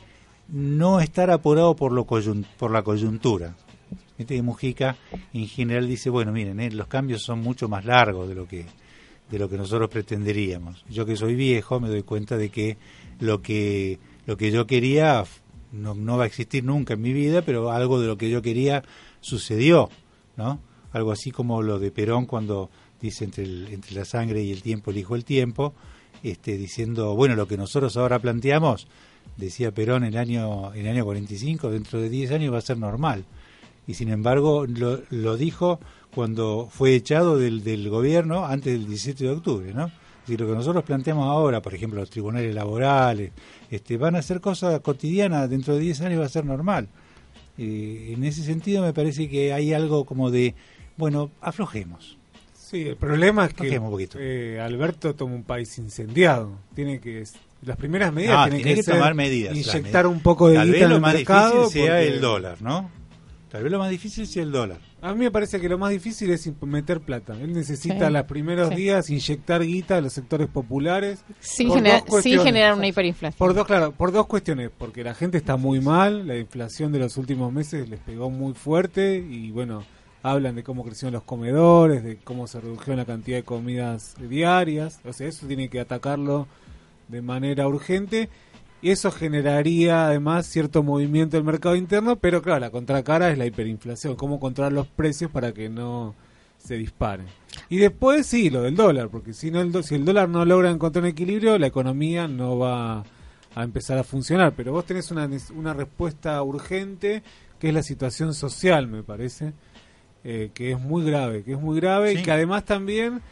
no estar apurado por, lo coyun, por la coyuntura. Este Mujica en general dice, bueno, miren, eh, los cambios son mucho más largos de lo que de lo que nosotros pretenderíamos. Yo que soy viejo me doy cuenta de que lo que lo que yo quería no, no va a existir nunca en mi vida, pero algo de lo que yo quería sucedió, ¿no? Algo así como lo de Perón cuando dice entre el, entre la sangre y el tiempo elijo el tiempo, este, diciendo, bueno, lo que nosotros ahora planteamos, decía Perón en el año en el año cuarenta y cinco, dentro de diez años va a ser normal. Y sin embargo lo, lo dijo cuando fue echado del, del gobierno antes del diecisiete de octubre, ¿no? Es decir, lo que nosotros planteamos ahora, por ejemplo, los tribunales laborales, este, van a ser cosas cotidianas, dentro de diez años va a ser normal. Eh, en ese sentido me parece que hay algo como de, bueno, aflojemos. Sí, el problema es que un eh, Alberto toma un país incendiado, tiene que... Las primeras medidas no, tienen tiene que, que ser tomar medidas, inyectar un poco de guita en el mercado. Tal vez lo más difícil sea porque... el dólar, ¿no? Tal vez lo más difícil sea el dólar. A mí me parece que lo más difícil es meter plata. Él necesita sí, los primeros sí. días inyectar guita a los sectores populares. Sin, gener- sin generar una hiperinflación. Por dos, claro, por dos cuestiones. Porque la gente está muy mal, la inflación de los últimos meses les pegó muy fuerte y bueno, hablan de cómo crecieron los comedores, de cómo se redujo la cantidad de comidas diarias. O sea, eso tiene que atacarlo de manera urgente. Y eso generaría además cierto movimiento del mercado interno, pero claro, la contracara es la hiperinflación, cómo controlar los precios para que no se disparen. Y después sí, lo del dólar, porque si no el do- si el dólar no logra encontrar un equilibrio, la economía no va a empezar a funcionar. Pero vos tenés una, una respuesta urgente, que es la situación social, me parece, eh, que es muy grave, que es muy grave sí. Y que además también...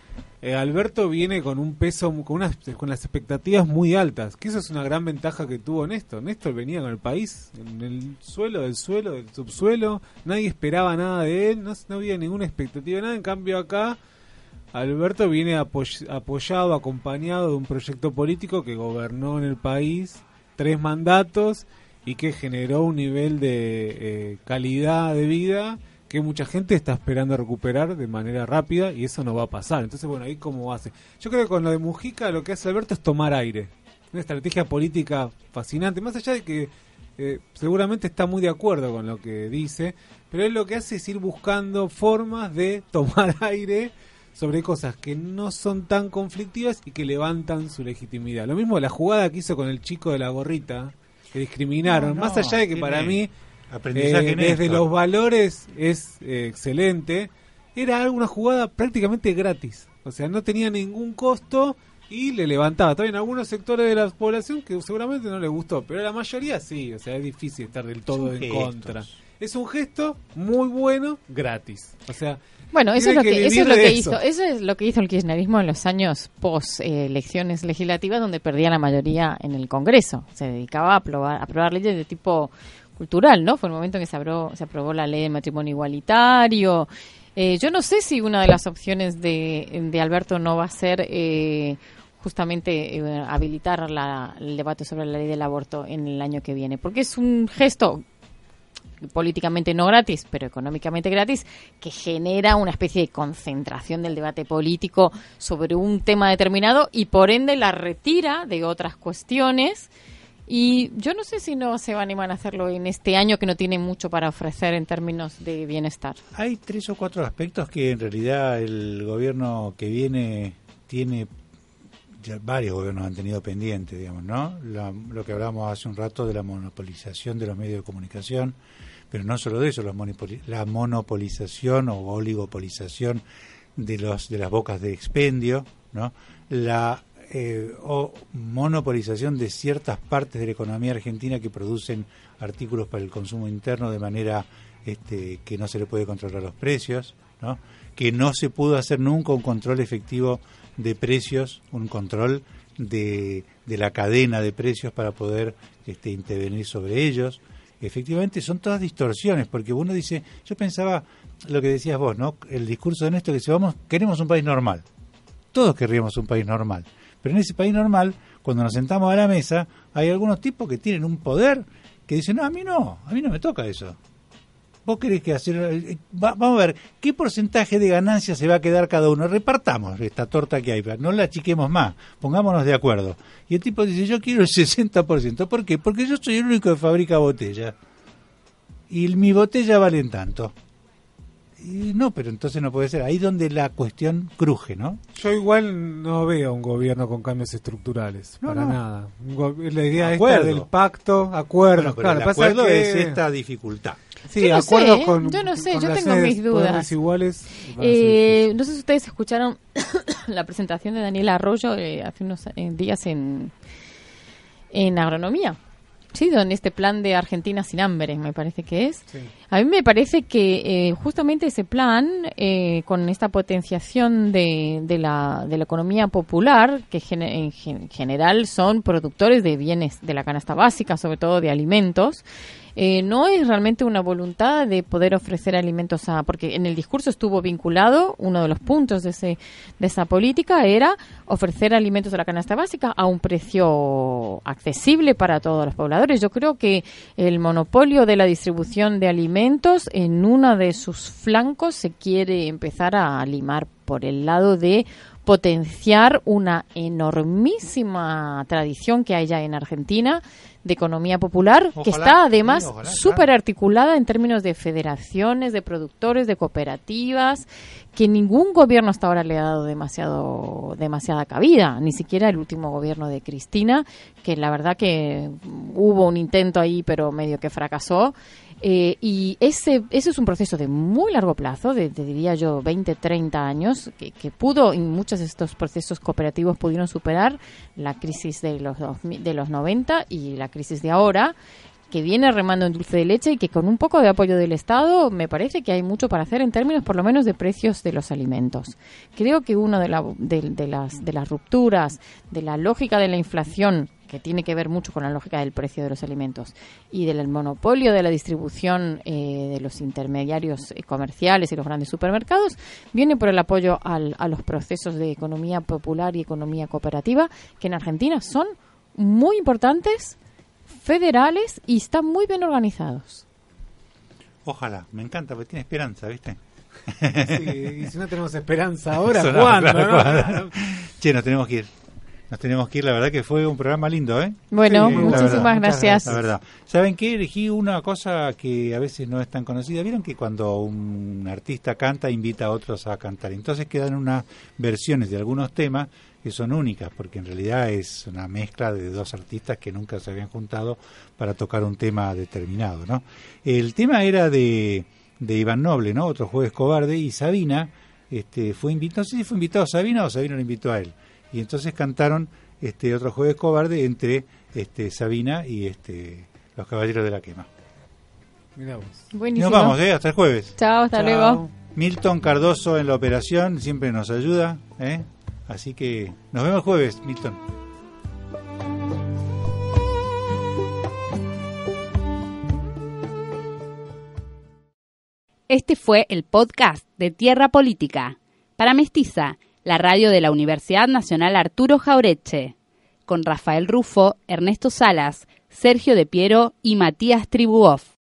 eh, Alberto viene con un peso, con unas con las expectativas muy altas, que eso es una gran ventaja que tuvo Néstor. Néstor venía con el país en el suelo, del suelo, del subsuelo, nadie esperaba nada de él, no, no había ninguna expectativa de nada. En cambio acá Alberto viene apoy- apoyado, acompañado de un proyecto político que gobernó en el país tres mandatos y que generó un nivel de eh, calidad de vida que mucha gente está esperando recuperar de manera rápida, y eso no va a pasar. Entonces, bueno, ahí cómo hace. Yo creo que con lo de Mujica lo que hace Alberto es tomar aire. Una estrategia política fascinante, más allá de que eh, seguramente está muy de acuerdo con lo que dice, pero él lo que hace es ir buscando formas de tomar aire sobre cosas que no son tan conflictivas y que levantan su legitimidad. Lo mismo la jugada que hizo con el chico de la gorrita, que discriminaron, no, no, más allá de que para mí aprendizaje eh, desde los valores es eh, excelente, era una jugada prácticamente gratis, o sea, no tenía ningún costo y le levantaba también a algunos sectores de la población que seguramente no les gustó, pero a la mayoría sí, o sea, es difícil estar del todo en gestos. contra. Es un gesto muy bueno, gratis, o sea, bueno, eso es lo que, que eso es lo que eso. hizo, eso es lo que hizo el kirchnerismo en los años post eh, elecciones legislativas, donde perdía la mayoría en el Congreso. Se dedicaba a aprobar, a aprobar leyes de tipo cultural, ¿no? Fue el momento en que se aprobó, se aprobó la ley de matrimonio igualitario. Eh, yo no sé si una de las opciones de, de Alberto no va a ser eh, justamente eh, habilitar la, el debate sobre la ley del aborto en el año que viene, porque es un gesto políticamente no gratis, pero económicamente gratis, que genera una especie de concentración del debate político sobre un tema determinado y por ende la retira de otras cuestiones. Y yo no sé si no se va a animar a hacerlo en este año, que no tiene mucho para ofrecer en términos de bienestar. Hay tres o cuatro aspectos que en realidad el gobierno que viene tiene, ya varios gobiernos han tenido pendiente, digamos, ¿no? La, lo que hablábamos hace un rato de la monopolización de los medios de comunicación, pero no solo de eso, la, monopoli- la monopolización o oligopolización de los de las bocas de expendio, ¿no? La eh, o monopolización de ciertas partes de la economía argentina que producen artículos para el consumo interno de manera este, que no se le puede controlar los precios, ¿no? Que no se pudo hacer nunca un control efectivo de precios, un control de, de la cadena de precios para poder este, intervenir sobre ellos. Efectivamente son todas distorsiones, porque uno dice, yo pensaba lo que decías vos, ¿no? El discurso de Néstor, que si vamos, queremos un país normal. Todos querríamos un país normal. Pero en ese país normal, cuando nos sentamos a la mesa, hay algunos tipos que tienen un poder que dicen, no, a mí no, a mí no me toca eso. Vos querés que hacer, va, vamos a ver, ¿qué porcentaje de ganancias se va a quedar cada uno? Repartamos esta torta que hay, no la achiquemos más, pongámonos de acuerdo. Y el tipo dice, yo quiero el sesenta por ciento. ¿Por qué? Porque yo soy el único que fabrica botella. Y mi botella valen tanto. Y no, pero entonces no puede ser. Ahí donde la cuestión cruje, ¿no? Yo igual no veo un gobierno con cambios estructurales, no, para no. nada. Go- la idea esta del pacto, acuerdos. Bueno, pero claro, el pasa acuerdo que... es esta dificultad. Sí, yo no acuerdos sé, ¿eh? con, yo no sé, con yo tengo mis dudas. Iguales, eh, no sé si ustedes escucharon la presentación de Daniel Arroyo eh, hace unos eh, días en, en agronomía. Sí, en este plan de Argentina sin hambre, me parece que es. Sí. A mí me parece que eh, justamente ese plan, eh, con esta potenciación de, de, la, de la economía popular, que gen- en gen- general son productores de bienes de la canasta básica, sobre todo de alimentos, eh, no es realmente una voluntad de poder ofrecer alimentos a... Porque en el discurso estuvo vinculado, uno de los puntos de, ese, de esa política era ofrecer alimentos de la canasta básica a un precio accesible para todos los pobladores. Yo creo que el monopolio de la distribución de alimentos en uno de sus flancos se quiere empezar a limar por el lado de potenciar una enormísima tradición que hay ya en Argentina de economía popular, ojalá, que está además sí, súper articulada en términos de federaciones, de productores, de cooperativas, que ningún gobierno hasta ahora le ha dado demasiado demasiada cabida, ni siquiera el último gobierno de Cristina, que la verdad que hubo un intento ahí, pero medio que fracasó. Eh, y ese ese es un proceso de muy largo plazo, de, de diría yo veinte, treinta años, que, que pudo, en muchos de estos procesos cooperativos pudieron superar la crisis de los, de los noventa y la crisis de ahora, que viene remando en dulce de leche y que con un poco de apoyo del Estado me parece que hay mucho para hacer en términos por lo menos de precios de los alimentos. Creo que una de, la, de, de, las, de las rupturas de la lógica de la inflación, que tiene que ver mucho con la lógica del precio de los alimentos y del monopolio de la distribución eh, de los intermediarios comerciales y los grandes supermercados, viene por el apoyo al, a los procesos de economía popular y economía cooperativa, que en Argentina son muy importantes, federales y están muy bien organizados. Ojalá, me encanta, porque tiene esperanza, ¿viste? Sí, y si no tenemos esperanza ahora, Eso no, ¿cuándo? claro, ¿no? ¿cuándo? Che, nos tenemos que ir. Nos tenemos que ir, la verdad que fue un programa lindo, ¿eh? Bueno, Sí, muchísimas la verdad, gracias. La verdad. ¿Saben qué? Elegí una cosa que a veces no es tan conocida. ¿Vieron que cuando un artista canta, invita a otros a cantar? Entonces quedan unas versiones de algunos temas que son únicas, porque en realidad es una mezcla de dos artistas que nunca se habían juntado para tocar un tema determinado, ¿no? El tema era de, de Iván Noble, ¿no? Otro Jueves Cobarde, y Sabina este, fue invitado, no sé si fue invitado a Sabina o Sabina lo invitó a él. Y entonces cantaron este Otro Jueves Cobarde entre este Sabina y este los Caballeros de la Quema. Mirá vos. Buenísimo. Nos vamos, ¿eh? Hasta el jueves. Chao, hasta Chao. luego. Milton Cardoso en la operación, siempre nos ayuda, ¿eh? Así que nos vemos el jueves, Milton. Este fue el podcast de Tierra Política. Para Mestiza, la radio de la Universidad Nacional Arturo Jauretche, con Rafael Rufo, Ernesto Salas, Sergio de Piero y Matías Tribuoff.